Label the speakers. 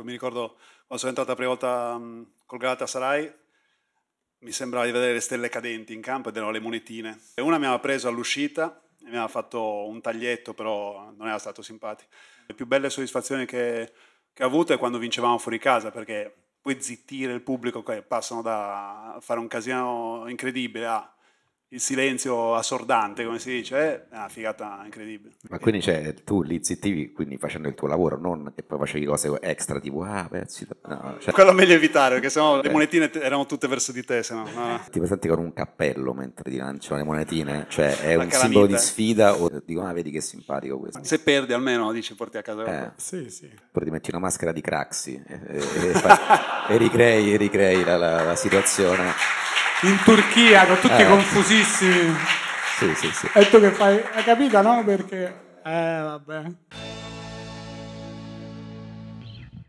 Speaker 1: Mi ricordo quando sono entrato la prima volta col Galatasaray, mi sembrava di vedere le stelle cadenti in campo ed erano le monetine. E una mi aveva preso all'uscita e mi aveva fatto un taglietto, però non era stato simpatico. Le più belle soddisfazioni che ho avuto è quando vincevamo fuori casa, perché puoi zittire il pubblico, passano da fare un casino incredibile a il silenzio assordante, come si dice, è una figata incredibile.
Speaker 2: Ma quindi tu li zittivi quindi facendo il tuo lavoro, non che poi facevi cose extra tipo pezzi. No,
Speaker 1: Quello è meglio evitare, perché sennò le monetine erano tutte verso di te, sennò, no.
Speaker 2: Ti presenti con un cappello mentre ti lanciano le monetine? Cioè è
Speaker 1: La
Speaker 2: un simbolo di
Speaker 1: calamita.
Speaker 2: sfida o dico vedi che simpatico questo?
Speaker 1: Se perdi almeno dici porti a casa.
Speaker 3: Sì, sì.
Speaker 2: Poi ti metti una maschera di Craxi e ricrei la situazione.
Speaker 3: In Turchia, con tutti confusissimi.
Speaker 2: Sì, sì, sì.
Speaker 3: E tu che fai? Hai capito, no? Perché... vabbè.